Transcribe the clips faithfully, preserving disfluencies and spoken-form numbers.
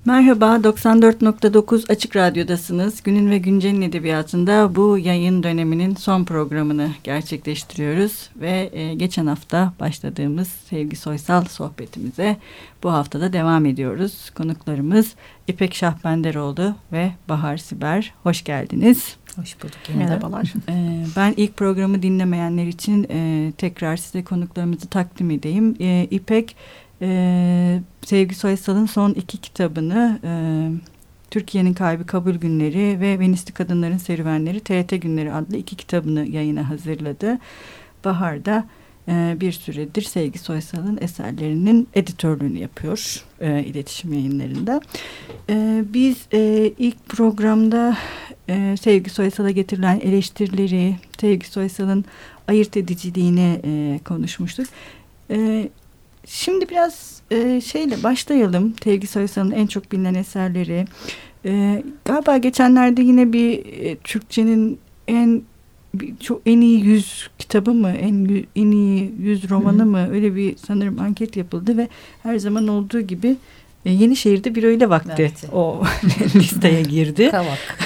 Merhaba, doksan dört nokta dokuz Açık Radyo'dasınız. Günün ve Güncel'in edebiyatında bu yayın döneminin son programını gerçekleştiriyoruz. Ve e, geçen hafta başladığımız Sevgi Soysal sohbetimize bu haftada devam ediyoruz. Konuklarımız İpek Şahbenderoğlu ve Bahar Siber. Hoş geldiniz. Hoş bulduk. Merhabalar. Ee, ben ilk programı dinlemeyenler için e, tekrar size konuklarımızı takdim edeyim. E, İpek, e, Sevgi Soysal'ın son iki kitabını e, Türkiye'nin Kalbi Kabul Günleri ve Venüslü Kadınların Serüvenleri T R T Günleri adlı iki kitabını yayına hazırladı. Bahar da e, bir süredir Sevgi Soysal'ın eserlerinin editörlüğünü yapıyor e, iletişim yayınlarında. E, biz e, ilk programda e, Sevgi Soysal'a getirilen eleştirileri, Sevgi Soysal'ın ayırt ediciliğini e, konuşmuştuk. E, şimdi biraz e, şeyle başlayalım. Sevgi Soysal'ın en çok bilinen eserleri. E, galiba geçenlerde yine bir e, Türkçenin en çok en iyi yüz kitabı mı, en en iyi yüz romanı Hı. mı, öyle bir sanırım anket yapıldı ve her zaman olduğu gibi e, Yenişehir'de bir öğle vakti evet. o listeye girdi. Kavak.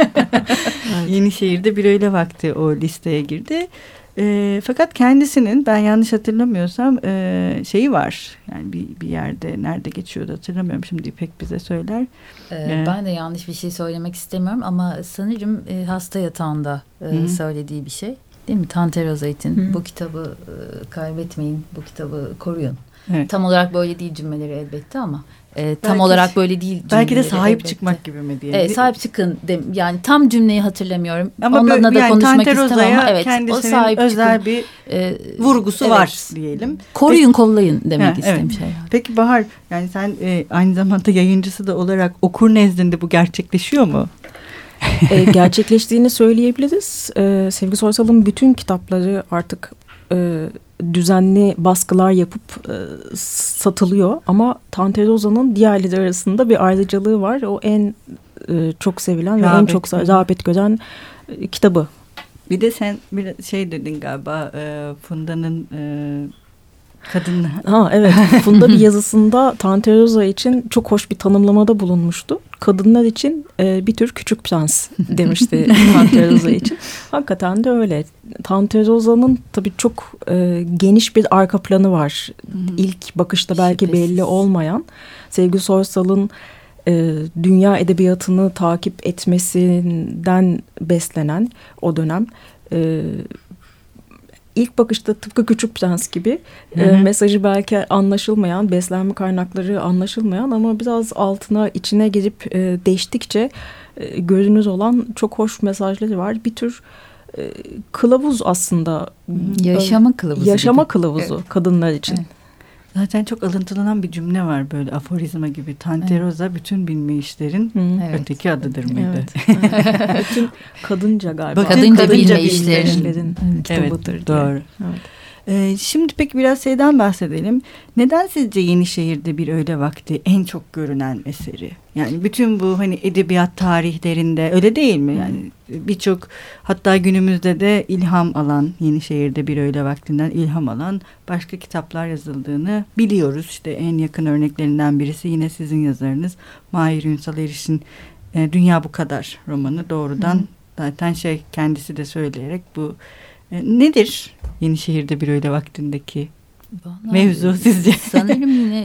Yenişehir'de bir öğle vakti o listeye girdi. E, fakat kendisinin, ben yanlış hatırlamıyorsam e, şeyi var. Yani bir, bir yerde nerede geçiyordu hatırlamıyorum. Şimdi İpek bize söyler. Ee, ee, ben de yanlış bir şey söylemek istemiyorum ama sanırım e, hasta yatağında e, söylediği bir şey. Değil mi? Tanter Ozayt'in bu kitabı e, kaybetmeyin, bu kitabı koruyun. Evet. Tam olarak böyle değil cümleleri elbette ama e, tam belki, olarak böyle değil cümleleri. Belki de sahip elbette. Çıkmak gibi mi diyelim? Evet, sahip çıkın. De, yani tam cümleyi hatırlamıyorum. Ama onunla böyle, da yani konuşmak Tanter istemem ama evet, kendisinin o sahip özel çıkın, bir e, vurgusu evet, var diyelim. Koruyun, Peki, kollayın demek ha, istemiş. Evet. Peki Bahar, yani sen e, aynı zamanda yayıncısı da olarak okur nezdinde bu gerçekleşiyor mu? e, gerçekleştiğini söyleyebiliriz. E, Sevgi Soysal'ın bütün kitapları artık e, düzenli baskılar yapıp e, satılıyor. Ama Tanter Ozan'ın diğerleri arasında bir ayrıcalığı var. O en e, çok sevilen rağbet, ve en çok rağbet gören e, kitabı. Bir de sen bir şey dedin galiba e, Funda'nın e, kadın. Ha evet, Funda bir yazısında Tanter Ozan için çok hoş bir tanımlamada bulunmuştu. Kadınlar için e, bir tür Küçük Prens demişti Tanter Ozan için. Hakikaten de öyle. Tanter Ozan'ın tabii çok e, geniş bir arka planı var. Hı-hı. İlk bakışta belki Şüphesiz. belli olmayan. Sevgi Soysal'ın e, dünya edebiyatını takip etmesinden beslenen o dönem e, İlk bakışta tıpkı Küçük Prens gibi e, mesajı belki anlaşılmayan, beslenme kaynakları anlaşılmayan ama biraz altına içine girip e, değiştikçe e, gözünüz olan çok hoş mesajları var. Bir tür e, kılavuz aslında. Yaşama kılavuzu. Yaşama gibi. kılavuzu evet. kadınlar için. Evet. Zaten çok alıntılanan bir cümle var böyle aforizma gibi. Tanter Ozan evet. bütün bilme-işlerin evet. öteki adıdır mıydı? Evet. Bütün kadınca galiba. Kadınca, kadınca bilme-işlerin kitabıdır. Evet, doğru. Evet. Ee, şimdi peki biraz şeyden bahsedelim. Neden sizce Yenişehir'de bir öğle vakti en çok görünen eseri? Yani bütün bu hani edebiyat tarihlerinde öyle değil mi? Yani birçok hatta günümüzde de ilham alan, Yenişehir'de bir öğle vaktinden ilham alan başka kitaplar yazıldığını biliyoruz. İşte en yakın örneklerinden birisi yine sizin yazarınız Mahir Ünsal Eriş'in e, Dünya Bu Kadar romanı doğrudan Hı. zaten şey kendisi de söyleyerek bu e, nedir Yenişehir'de bir öğle vaktindeki Vallahi mevzu sizce? Sanırım yine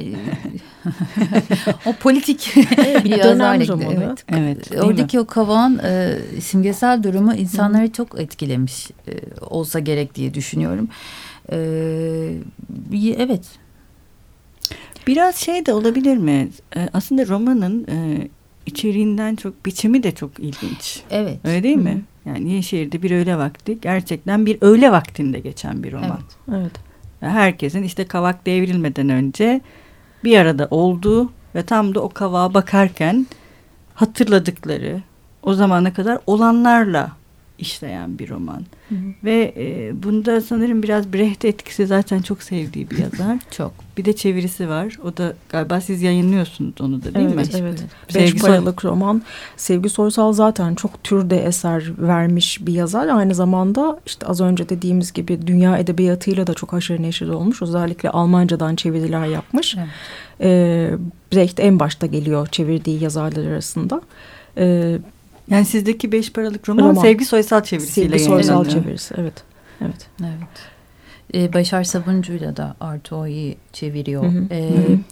o politik bir dönem romanı. Evet. evet Oradaki mi? O kavağın e, simgesel durumu insanları Hı. çok etkilemiş e, olsa gerek diye düşünüyorum. E, evet. Biraz şey de olabilir mi? E, aslında romanın e, içeriğinden çok biçimi de çok ilginç. Evet. Öyle değil Hı. mi? Yani Yenişehir'de bir öğle vakti gerçekten bir öğle vaktinde geçen bir roman. Evet. Evet. Herkesin işte kavak devrilmeden önce bir arada olduğu ve tam da o kavağa bakarken hatırladıkları, o zamana kadar olanlarla işleyen bir roman. Hı hı. Ve e, bunda sanırım biraz Brecht etkisi, zaten çok sevdiği bir yazar. Çok. Bir de çevirisi var. O da galiba siz yayınlıyorsunuz onu da, değil evet, mi? Evet. Sevgi Beş paralık roman. Sevgi Soysal zaten çok türde eser vermiş bir yazar. Aynı zamanda işte az önce dediğimiz gibi dünya edebiyatıyla da çok haşır neşir olmuş. Özellikle Almancadan çeviriler yapmış. Evet. Ee, Brecht en başta geliyor çevirdiği yazarlar arasında. Ee, Yani sizdeki beş paralık roman, roman. Sevgi Soysal çevirisiyle Sevgi Soysal yayınlanıyor. çevirisi, evet. Evet. Evet. Ee, Başar Sabuncu'yla da Artuo'yu çeviriyor. Hı hı. Ee, Hı hı.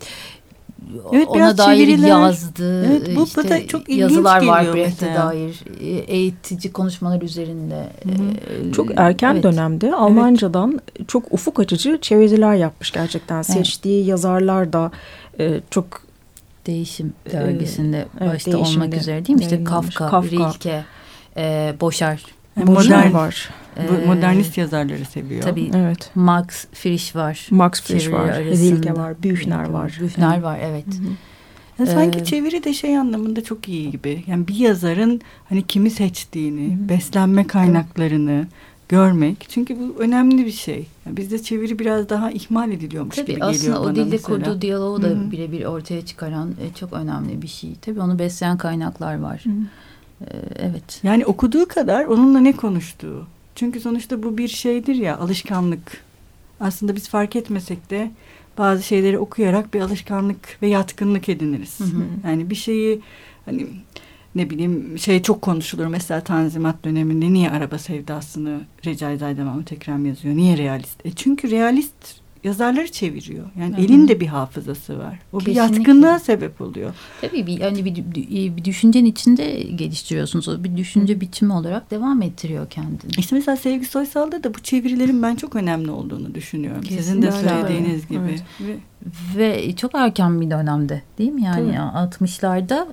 Evet, ona biraz dair çeviriler, yazdığı evet, bu, işte bu da çok ilginç yazılar var geliyor Brecht'e mesela. dair. Eğitici konuşmalar üzerinde. Hı hı. Ee, Çok erken evet. dönemde Almancadan evet. çok ufuk açıcı çeviriler yapmış gerçekten. Evet. Seçtiği yazarlar da e, çok Değişim dergisinde evet, başta değişimde olmak üzere değil mi? İşte yayınlanmış. Kafka, Kafka. Rilke, e, Boşar. Yani Boşar modern var. Bu modernist yazarları seviyor. Tabii. Evet. Max Frisch var. Max Frisch Çeviri var. arasında. Rilke var. Büchner var. Büchner evet. var, evet. Hı hı. Ya sanki Ee, çeviri de şey anlamında çok iyi gibi. Yani bir yazarın hani kimi seçtiğini, Hı hı. beslenme kaynaklarını görmek. Çünkü bu önemli bir şey. Yani bizde çeviri biraz daha ihmal ediliyormuş Tabii gibi geliyor aslında bana o dilde mesela. kurduğu diyaloğu da Hı-hı. birebir ortaya çıkaran e, çok önemli bir şey. Tabii onu besleyen kaynaklar var. E, evet. Yani okuduğu kadar onunla ne konuştuğu. Çünkü sonuçta bu bir şeydir ya, alışkanlık. Aslında biz fark etmesek de bazı şeyleri okuyarak bir alışkanlık ve yatkınlık ediniriz. Hı hı. Yani bir şeyi hani ne bileyim şey çok konuşulur mesela Tanzimat döneminde niye araba sevdasını Recai Zayda Mahmut Ekrem yazıyor? Niye realist? E çünkü realist yazarları çeviriyor. Yani Hı hı. elinde bir hafızası var. O Kesinlikle. bir yatkınlığa sebep oluyor. Tabii bir hani bir, bir düşüncenin içinde geliştiriyorsunuz. O bir düşünce biçimi olarak devam ettiriyor kendini. İşte mesela Sevgi Soysal'da da bu çevirilerin ben çok önemli olduğunu düşünüyorum. Kesinlikle. Sizin de söylediğiniz gibi. Evet. Ve Ve çok erken bir dönemde değil mi? Yani Tabii. altmışlarda.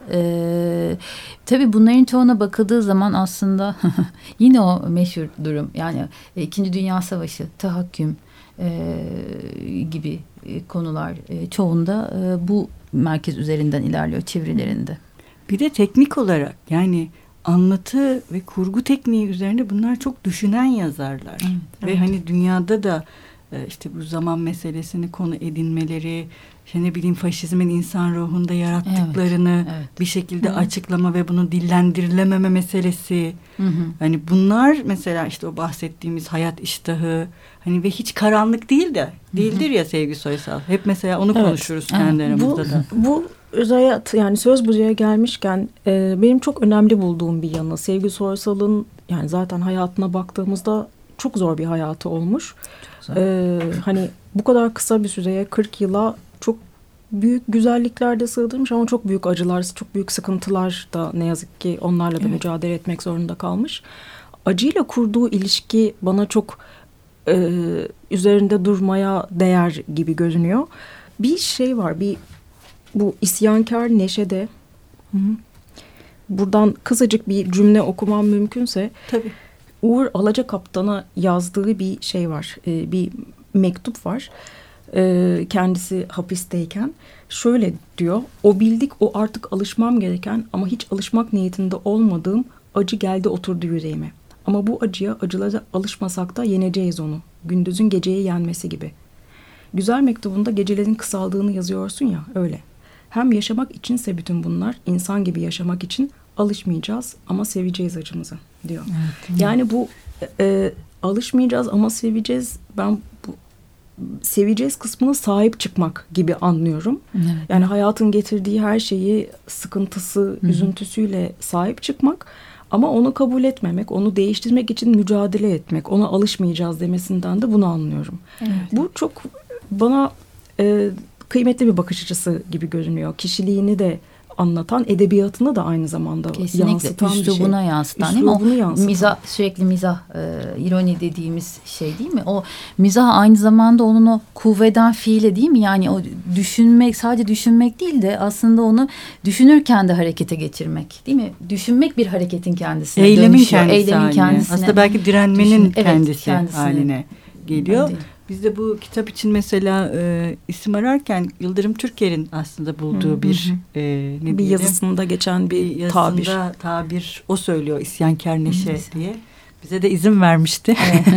E, tabii bunların çoğuna bakıldığı zaman aslında yine o meşhur durum. Yani e, İkinci Dünya Savaşı, tahakküm e, gibi e, konular e, çoğunda e, bu merkez üzerinden ilerliyor çevirilerinde. bir de teknik olarak yani anlatı ve kurgu tekniği üzerine bunlar çok düşünen yazarlar. Evet, ve evet. hani dünyada da işte bu zaman meselesini konu edinmeleri, işte ne bileyim faşizmin insan ruhunda yarattıklarını Evet, evet. bir şekilde Hı. açıklama ve bunun dillendirilememe meselesi. Hı hı. Hani bunlar mesela işte o bahsettiğimiz hayat iştahı hani ve hiç karanlık değil de değildir ya Sevgi Soysal. Hep mesela onu Evet. konuşuruz kendi Evet. aramızda Bu, da. bu özel yani söz buraya gelmişken e, benim çok önemli bulduğum bir yanı Sevgi Soysal'ın yani zaten hayatına baktığımızda çok zor bir hayatı olmuş. Çok Ee, hani bu kadar kısa bir süreye kırk yıla çok büyük güzellikler de sığdırmış ama çok büyük acılar, çok büyük sıkıntılar da ne yazık ki onlarla da Evet. mücadele etmek zorunda kalmış. Acıyla kurduğu ilişki bana çok e, üzerinde durmaya değer gibi görünüyor. Bir şey var, bir bu isyankar neşede. Hı hı. Buradan kısacık bir cümle okumam mümkünse. Tabii. Uğur Alacakaptan'a yazdığı bir şey var, e, bir mektup var. E, kendisi hapisteyken şöyle diyor, o bildik o artık alışmam gereken ama hiç alışmak niyetinde olmadığım acı geldi oturdu yüreğime. Ama bu acıya acılara alışmasak da yeneceğiz onu, gündüzün geceyi yenmesi gibi. Güzel mektubunda gecelerin kısaldığını yazıyorsun ya, öyle. Hem yaşamak içinse bütün bunlar, insan gibi yaşamak için alışmayacağız ama seveceğiz acımızı diyor. Evet. Yani bu e, alışmayacağız ama seveceğiz. Ben bu seveceğiz kısmına sahip çıkmak gibi anlıyorum. Evet. Yani hayatın getirdiği her şeyi sıkıntısı, Hı-hı. üzüntüsüyle sahip çıkmak ama onu kabul etmemek, onu değiştirmek için mücadele etmek, ona alışmayacağız demesinden de bunu anlıyorum. Evet. Bu çok bana e, kıymetli bir bakış açısı gibi görünüyor. Kişiliğini de anlatan, edebiyatını da aynı zamanda Kesinlikle. yansıtan bir şey. Üslubuna yansıtan değil mi? Üslubunu O yansıtan. mizah, sürekli mizah, e, ironi dediğimiz şey değil mi? O mizah aynı zamanda onun o kuvveden fiile değil mi? Yani o düşünmek, sadece düşünmek değil de aslında onu düşünürken de harekete geçirmek değil mi? Düşünmek bir hareketin kendisine Eylemin dönüşüyor. kendisi Eylemin haline. kendisine. Aslında belki direnmenin Düşün- evet, kendisi kendisine. haline geliyor. Hadi. Biz de bu kitap için mesela e, isim ararken Yıldırım Türker'in aslında bulduğu Hı hı. bir e, ne bir diyelim, yazısında geçen bir, bir tabir. yazısında tabir o söylüyor, isyankar neşe Hı. diye. bize de izin vermişti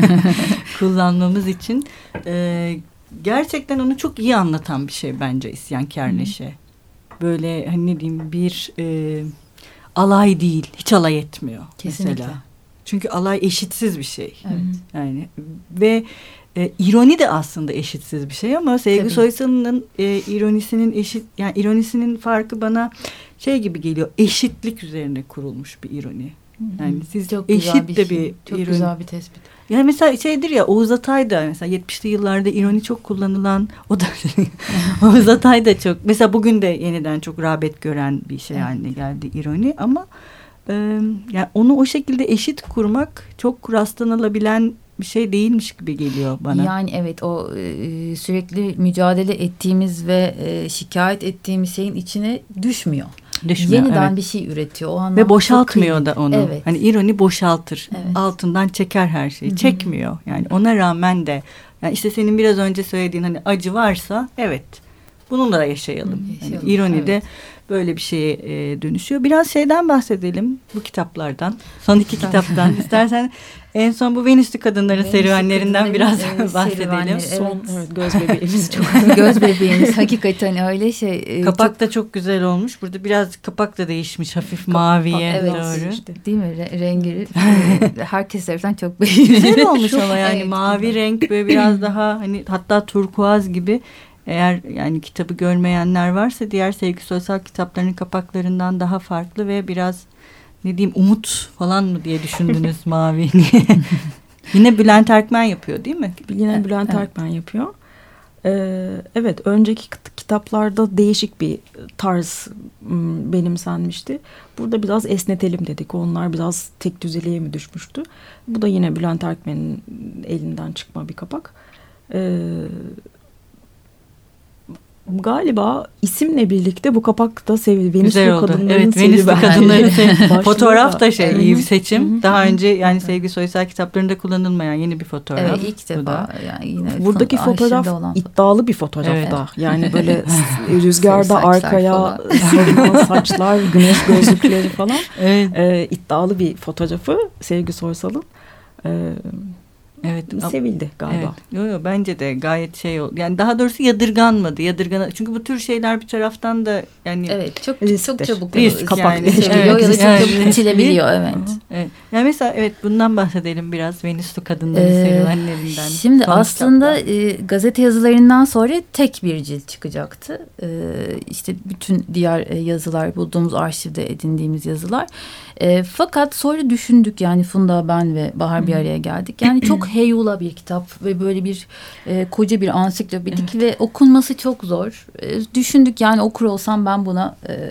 kullanmamız için. E, gerçekten onu çok iyi anlatan bir şey bence İsyankâr Neşe. Böyle hani ne diyeyim bir e, alay değil, hiç alay etmiyor. Kesinlikle. Mesela. Çünkü alay eşitsiz bir şey. Evet. Yani ve e, ironi de aslında eşitsiz bir şey ama Sevgi Soysal'ın e, ironisinin eşit, yani ironisinin farkı bana şey gibi geliyor. Eşitlik üzerine kurulmuş bir ironi. Yani siz çok eşit bir de şey. bir çok ironi. güzel bir tespit. Yani mesela şeydir ya, Oğuz Atay da mesela yetmişli yıllarda ironi çok kullanılan, o da Oğuz Atay da çok, mesela bugün de yeniden çok rağbet gören bir şey evet. haline geldi ironi ama e, yani onu o şekilde eşit kurmak çok rastlanılabilen bir şey değilmiş gibi geliyor bana. Yani evet, o e, sürekli mücadele ettiğimiz ve e, şikayet ettiğimiz şeyin içine düşmüyor. Düşmüyor, Yeniden evet. bir şey üretiyor. O anlamda ve boşaltmıyor da onu. Evet. Hani ironi boşaltır. Evet. Altından çeker her şeyi. Hı-hı. Çekmiyor. Yani ona rağmen de yani işte senin biraz önce söylediğin hani acı varsa evet bununla da yaşayalım. yaşayalım. Yani ironi evet. de böyle bir şeye e, dönüşüyor. Biraz şeyden bahsedelim bu kitaplardan. Son iki kitaptan. İstersen en son bu Venüslü Kadınların Venüslü serüvenlerinden biraz e, bahsedelim. Son evet. evet, göz bebeğimiz çok. Göz bebeğimiz hakikaten öyle şey. Kapak çok... da çok güzel olmuş. Burada biraz kapak da değişmiş. Hafif maviye evet, doğru. Işte. Değil mi? Re- rengi herkes tarafından çok beğenilmiş. Güzel olmuş ama yani evet, mavi güzel. Renk böyle biraz daha hani hatta turkuaz gibi. Eğer yani kitabı görmeyenler varsa diğer Sevgi Soysal kitaplarının kapaklarından daha farklı ve biraz ne diyeyim umut falan mı diye düşündünüz mavi. Yine Bülent Erkmen yapıyor değil mi? Yine Bülent evet. Erkmen yapıyor. Ee, evet, önceki kitaplarda değişik bir tarz benimsenmişti. Burada biraz esnetelim dedik. Onlar biraz tek düzeliğe mi düşmüştü? Bu da yine Bülent Erkmen'in elinden çıkma bir kapak. Ee, Galiba isimle birlikte bu kapakta sevildi. Venüslü Kadınların evet, Venüslü Kadınların serüvenleri. Fotoğraf da şey, iyi bir seçim. Hı-hı. Daha önce yani Sevgi Soysal kitaplarında kullanılmayan yeni bir fotoğraf. Evet, ilk defa. Yani yine buradaki fotoğraf iddialı bir fotoğraf evet. da. Yani böyle rüzgarda arkaya saçlar, saçlar, güneş gözlükleri falan. Evet. Ee, iddialı bir fotoğrafı Sevgi Soysal'ın. Ee, Evet, sevildi galiba. Evet. Yo, yo, bence de gayet şey oldu. Yani daha doğrusu yadırganmadı. Yadırgan çünkü bu tür şeyler bir taraftan da yani evet çok risktir. Çok çabuk risk kapak yani, evet, ya da çok yani, çabuk itilebiliyor evet. evet. Yani mesela evet bundan bahsedelim biraz Venüslü Kadınların ee, serüvenlerinden. Şimdi aslında e, gazete yazılarından sonra tek bir cilt çıkacaktı. E, işte bütün diğer e, yazılar bulduğumuz arşivde edindiğimiz yazılar. E, fakat sonra düşündük yani Funda, ben ve Bahar bir araya geldik. Yani çok heyula bir kitap ve böyle bir e, koca bir ansiklopedik evet. ve okunması çok zor. E, düşündük yani okur olsam ben buna e,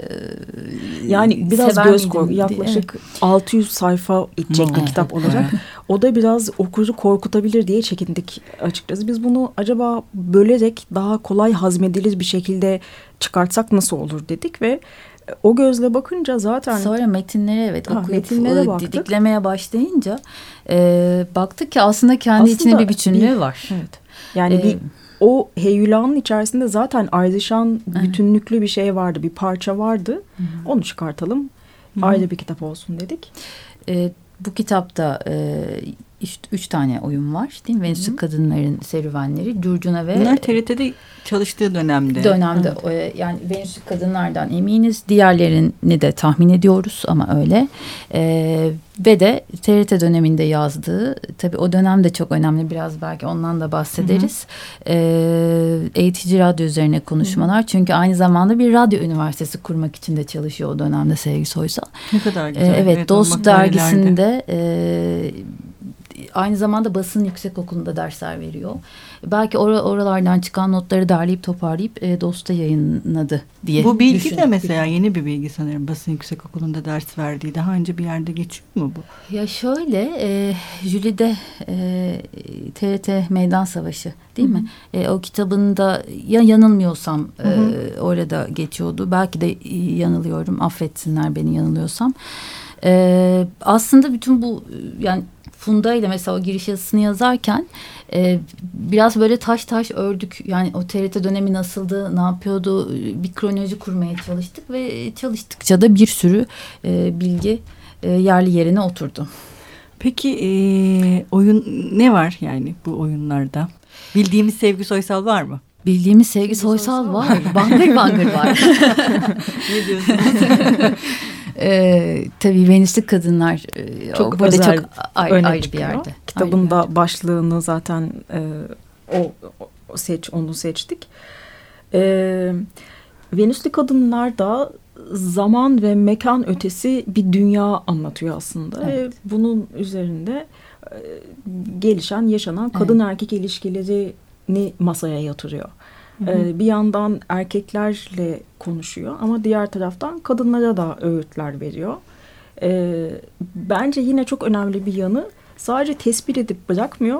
yani biraz göz kork yaklaşık evet. altı yüz sayfa içecek bir kitap olacak. O da biraz okuru korkutabilir diye çekindik açıkçası. Biz bunu acaba bölerek daha kolay hazmedilir bir şekilde çıkartsak nasıl olur dedik ve o gözle bakınca zaten... Sonra metinlere evet ha, okuyup metinlere didiklemeye başlayınca e, baktık ki aslında kendi aslında içinde bir bütünlüğü bir, var. Evet. Yani ee, bir o heyulanın içerisinde zaten ayrışan bütünlüklü bir şey vardı. Bir parça vardı. Hı-hı. Onu çıkartalım. Hı-hı. Ayrı bir kitap olsun dedik. E, bu kitapta e, işte üç tane oyun var değil mi? Venüslü Kadınların serüvenleri, Curcuna ve... Bunlar T R T'de çalıştığı dönemde. Dönemde evet. Yani Venüslü Kadınlardan eminiz. Diğerlerini de tahmin ediyoruz ama öyle. Ee, ve de T R T döneminde yazdığı, tabii o dönem de çok önemli. Biraz belki ondan da bahsederiz. Ee, eğitici radyo üzerine konuşmalar. Hı-hı. Çünkü aynı zamanda bir radyo üniversitesi kurmak için de çalışıyor o dönemde Sevgi Soysal. Ne kadar güzel. Ee, evet, evet Dost dergisinde... E, aynı zamanda basın yüksekokulu'nda dersler veriyor. Belki or- oralardan çıkan notları derleyip toparlayıp e, Dost'a yayınladı diye bu bilgi düşündük. de mesela yeni bir bilgi sanırım. Basın yüksekokulu'nda ders verdiği. Daha önce bir yerde geçiyor mu bu? Ya şöyle e, Jüli'de e, T R T Meydan Savaşı değil Hı-hı. mi? E, o kitabında ya yanılmıyorsam e, orada geçiyordu. Belki de yanılıyorum. Affetsinler beni yanılıyorsam. E, aslında bütün bu yani Funda ile mesela o giriş yazısını yazarken e, biraz böyle taş taş ördük. Yani o T R T dönemi nasıldı, ne yapıyordu bir kronoloji kurmaya çalıştık ve çalıştıkça da bir sürü e, bilgi e, yerli yerine oturdu. Peki e, oyun ne var yani bu oyunlarda? Bildiğimiz Sevgi Soysal var mı? Bildiğimiz Sevgi Soysal var. Bangır bangır var. Ne diyorsunuz? Ee, tabii Venüslü Kadınlar e, çok burada özel çok ayrı, ayrı bir yerde. Kitabın da yerde. başlığını zaten e, o, o seç onu seçtik. E, Venüslü Kadınlar da zaman ve mekan ötesi bir dünya anlatıyor aslında. Evet. E, bunun üzerinde e, gelişen, yaşanan kadın evet. erkek ilişkilerini masaya yatırıyor. Hı hı. E, bir yandan erkeklerle konuşuyor ama diğer taraftan kadınlara da öğütler veriyor. E, bence yine çok önemli bir yanı, sadece tespit edip bırakmıyor,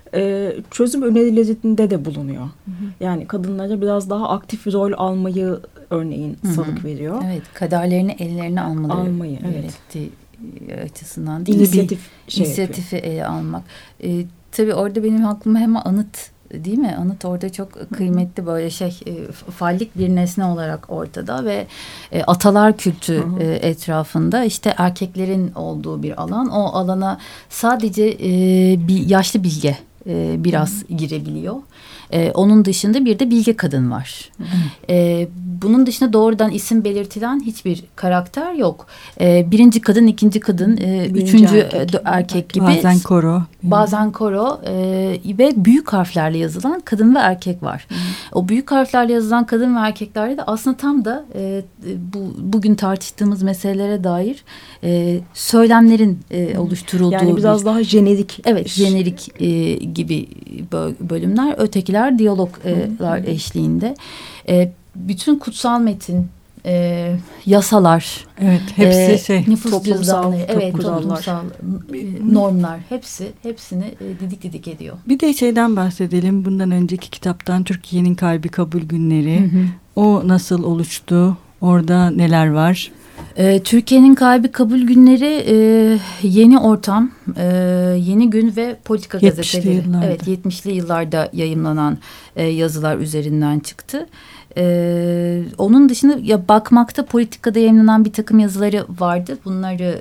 e, çözüm önerilerinde de bulunuyor. Hı hı. Yani kadınlara biraz daha aktif rol almayı örneğin hı hı. salık veriyor. Evet, kaderlerini ellerine almaları almayı gerektiği evet. açısından değil İnisiyatif bir şey inisiyatifi ele almak. E, tabii orada benim aklıma hem anıt, değil mi? Anıt orada çok kıymetli, böyle şey e, fallik bir nesne olarak ortada ve e, atalar kültü e, etrafında işte erkeklerin olduğu bir alan. O alana sadece e, bir yaşlı bilge e, biraz hı. girebiliyor. E, onun dışında bir de bilge kadın var. E, bunun dışında doğrudan isim belirtilen hiçbir karakter yok. E, birinci kadın, ikinci kadın, e, üçüncü erkek, erkek gibi. Bazen koro. Bazen koro e, ve büyük harflerle yazılan kadın ve erkek var. Hı. O büyük harflerle yazılan kadın ve erkeklerde de aslında tam da e, bu bugün tartıştığımız meselelere dair e, söylemlerin e, oluşturulduğu. Yani biraz bir, daha jenerik. Evet, jenerik e, gibi bölümler. Ötekiler diyaloglar Hı. eşliğinde. E, bütün kutsal metin, e, yasalar, evet, hepsi e, şey nüfus toplumsal, cüzdanları, evet, toplumsal, toplumsal e, normlar, hepsi hepsini e, didik didik ediyor. Bir de şeyden bahsedelim. Bundan önceki kitaptan, Türkiye'nin Kalbi Kabul Günleri. Hı hı. O nasıl oluştu? Orada neler var? E, Türkiye'nin Kalbi Kabul Günleri e, Yeni Ortam, e, Yeni Gün ve Politika gazeteleri. Yıllarda. Evet, yetmişli yıllarda yayımlanan e, yazılar üzerinden çıktı. Ee, onun dışında ya bakmakta politikada yayınlanan bir takım yazıları vardı. Bunları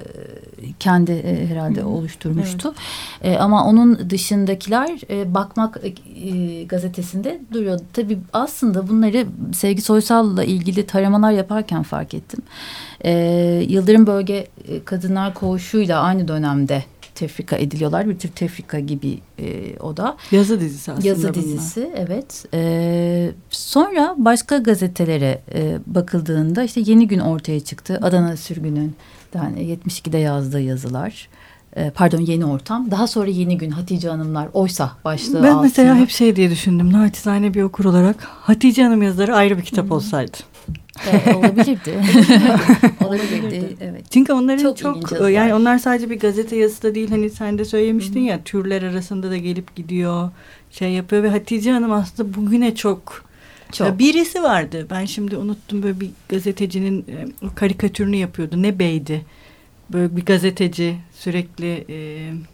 kendi e, herhalde Hı-hı. oluşturmuştu. Evet. E, ama onun dışındakiler e, Bakmak e, gazetesinde duruyordu. Tabii aslında bunları Sevgi Soysal'la ilgili taramalar yaparken fark ettim. E, Yıldırım Bölge Kadınlar Koğuşu'yla aynı dönemde tefrika ediliyorlar. Bir tür tefrika gibi e, o da. Yazı dizisi aslında. Yazı dizisi bunlar. Evet. E, sonra başka gazetelere e, bakıldığında işte Yeni Gün ortaya çıktı. Adana Sürgün'ün yani yetmiş ikide yazdığı yazılar. E, pardon Yeni Ortam. Daha sonra Yeni Gün, Hatice Hanımlar, Oysa başlığı ben altında. Mesela hep şey diye düşündüm. Naçizane bir okur olarak Hatice Hanım yazıları ayrı bir kitap Hı-hı. olsaydı. Evet, olabilirdi. olabilirdi. Evet. Çünkü onların çok, çok yani onlar sadece bir gazete yazısı da değil, hani sen de söylemiştin Hı-hı. ya, türler arasında da gelip gidiyor, şey yapıyor ve Hatice Hanım aslında bugüne çok, çok. Birisi vardı, ben şimdi unuttum, böyle bir gazetecinin e, karikatürünü yapıyordu, ne beydi, böyle bir gazeteci sürekli e,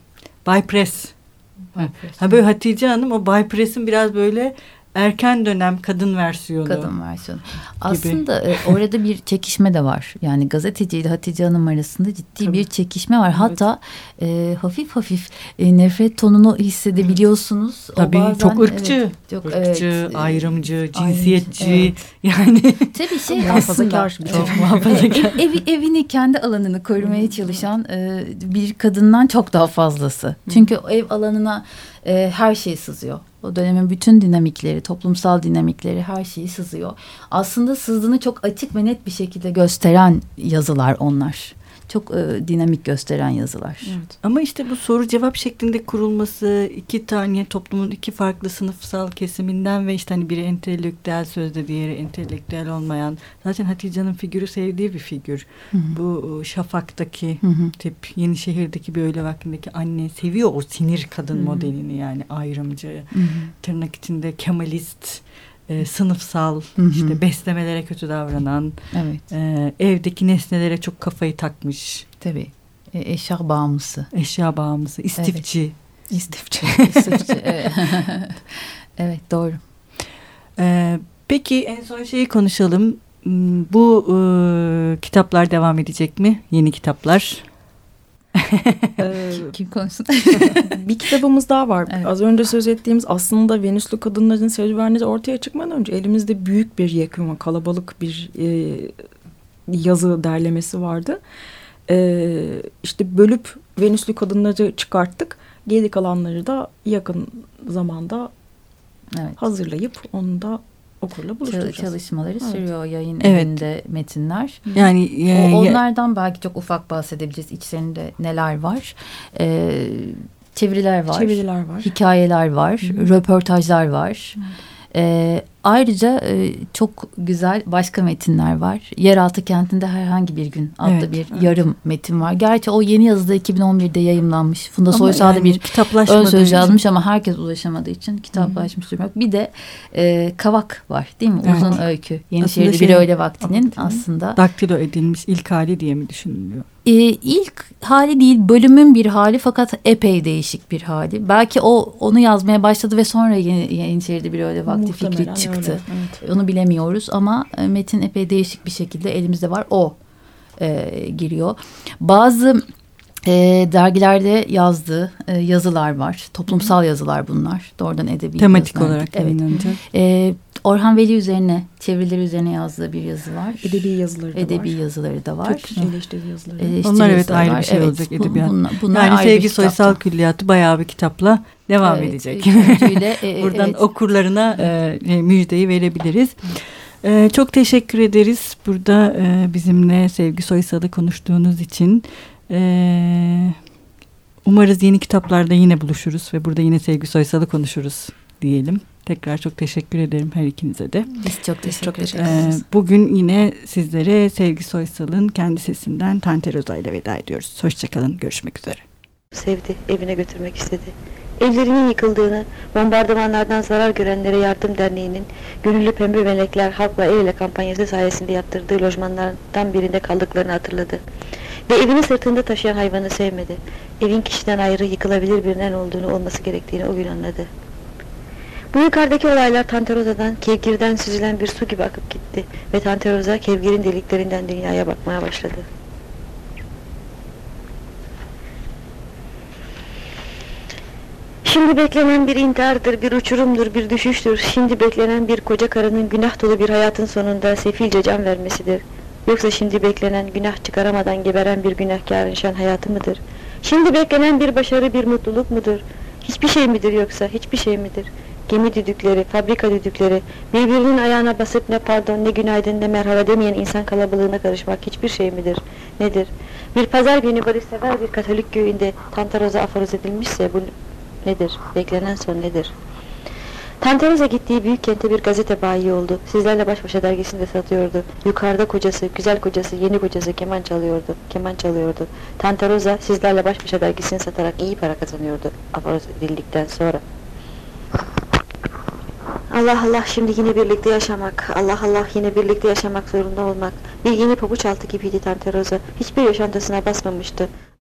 Bay Press. Ha, ha böyle Hatice Hanım o Bay Press'in biraz böyle erken dönem kadın versiyonu. Kadın versiyonu. Aslında e, orada bir çekişme de var. Yani gazeteci ile Hatice Hanım arasında ciddi Tabii. bir çekişme var. Evet. Hatta e, hafif hafif e, nefret tonunu hissedebiliyorsunuz. Tabii o bazen, çok ırkçı. Evet, çok, ırkçı, evet, ayrımcı, cinsiyetçi. Evet. Yani. Tabii şey aslında. Çok muhafazakar. Ev, ev, evini, kendi alanını korumaya çalışan e, bir kadından çok daha fazlası. Çünkü o ev alanına e, her şey sızıyor. O dönemin bütün dinamikleri, toplumsal dinamikleri, her şeyi sızıyor. Aslında sızdığını çok açık ve net bir şekilde gösteren yazılar onlar. Çok e, dinamik gösteren yazılar. Evet. Ama işte bu soru cevap şeklinde kurulması, iki tane toplumun iki farklı sınıfsal kesiminden ve işte hani biri entelektüel sözde, diğeri entelektüel olmayan. Zaten Hatice'nin figürü sevdiği bir figür. Hı hı. Bu Şafak'taki hı hı. tip, Yenişehir'deki bir öğle vaktindeki anne seviyor o sinir kadın hı hı. modelini, yani ayrımcı, hı hı. tırnak içinde kemalist, E, sınıfsal, hı hı. işte beslemelere kötü davranan, evet. e, evdeki nesnelere çok kafayı takmış. Tabii. E, eşya bağımlısı. Eşya bağımlısı, istifçi. Evet. İstifçi. İstifçi. Evet. Evet, doğru. E, peki en son şeyi konuşalım. Bu e, kitaplar devam edecek mi? Yeni kitaplar. Ee, Kim konuşsun? bir kitabımız daha var. Evet. Az önce söz ettiğimiz aslında Venüslü kadınların serüvenleri ortaya çıkmadan önce elimizde büyük bir yekün, kalabalık bir e, yazı derlemesi vardı. E, işte bölüp Venüslü kadınları çıkarttık. Geri kalanları da yakın zamanda evet. hazırlayıp onu da okurla buluşturacağız. Çalışmaları evet. sürüyor yayın evet. evinde metinler. Yani e, o, onlardan belki çok ufak bahsedebiliriz. İçlerinde neler var? Ee, çeviriler var. Çeviriler var. Hikayeler var. Hı-hı. Röportajlar var. Hı-hı. Ee, ayrıca e, çok güzel başka metinler var. Yeraltı kentinde herhangi bir gün adlı evet, bir evet. yarım metin var. Gerçi o yeni yazıda iki bin on birde yayımlanmış. Funda Soysal'da yani bir ön söz yazmış ama herkes ulaşamadığı için kitaplaşmış durmak. Bir de e, Kavak var değil mi? Evet. Uzun öykü. Yenişehir'de şey, bir öğle vaktinin, vaktinin aslında. Daktilo edilmiş ilk hali diye mi düşünülüyor? Ee, ilk hali değil, bölümün bir hali fakat epey değişik bir hali. Belki o onu yazmaya başladı ve sonra yeni, Yenişehir'de bir öyle vakti fikri çıktı. Öyle, evet. Onu bilemiyoruz ama metin epey değişik bir şekilde elimizde var. O e, giriyor. Bazı e, dergilerde yazdığı e, yazılar var. Toplumsal yazılar bunlar. Doğrudan edebi tematik yazılar. olarak evet. yayınlanacak. E, Orhan Veli üzerine, çevirileri üzerine yazdığı bir yazı var. Edebi yazıları da Edebi var. yazıları da var. Türk eleştiri yazıları. Eleştiri onlar evet ayrı var. bir şey evet, olacak edebiyat. Bunlar, bunlar yani Sevgi Soysal Külliyatı bayağı bir kitapla devam evet, edecek. De, e, Buradan evet. okurlarına e, müjdeyi verebiliriz. E, çok teşekkür ederiz burada e, bizimle Sevgi Soysal'ı konuştuğunuz için. E, umarız yeni kitaplarda yine buluşuruz ve burada yine Sevgi Soysal'ı konuşuruz diyelim. Tekrar çok teşekkür ederim her ikinize de. Biz çok teşekkür, çok teşekkür ederiz. Ee, bugün yine sizlere Sevgi Soysal'ın kendi sesinden Tanteroza ile veda ediyoruz. Hoşçakalın, görüşmek üzere. Sevdi, evine götürmek istedi. Evlerinin yıkıldığını, bombardımanlardan zarar görenlere yardım derneğinin gönüllü pembe melekler halkla el ele kampanyası sayesinde yaptırdığı lojmanlardan birinde kaldıklarını hatırladı. Ve evini sırtında taşıyan hayvanı sevmedi. Evin kişiden ayrı yıkılabilir birinin olduğunu, olması gerektiğini o gün anladı. Bu yukarıdaki olaylar Tanteroza'dan, kevgirden süzülen bir su gibi akıp gitti ve Tanteroza kevgirin deliklerinden dünyaya bakmaya başladı. Şimdi beklenen bir intihardır, bir uçurumdur, bir düşüştür. Şimdi beklenen bir koca karının günah dolu bir hayatın sonunda sefilce can vermesidir. Yoksa şimdi beklenen günah çıkaramadan geberen bir günahkarın şan hayatı mıdır? Şimdi beklenen bir başarı, bir mutluluk mudur? Hiçbir şey midir yoksa, hiçbir şey midir? Gemi düdükleri, fabrika düdükleri, birbirinin ayağına basıp ne pardon, ne günaydın, ne merhaba demeyen insan kalabalığına karışmak hiçbir şey midir? Nedir? Bir pazar günü barışsever bir Katolik köyünde Tanteroza aforoz edilmişse bu nedir? Beklenen son nedir? Tanteroza gittiği büyük kente bir gazete bayi oldu. Sizlerle Baş Başa dergisinde satıyordu. Yukarıda kocası, güzel kocası, yeni kocası keman çalıyordu. Keman çalıyordu. Tanteroza Sizlerle Baş Başa dergisini satarak iyi para kazanıyordu. Aforoz edildikten sonra. Allah Allah şimdi yine birlikte yaşamak, Allah Allah yine birlikte yaşamak zorunda olmak. Bir yeni pabuç altı gibiydi Tanteroza. Hiçbir yaşantısına basmamıştı.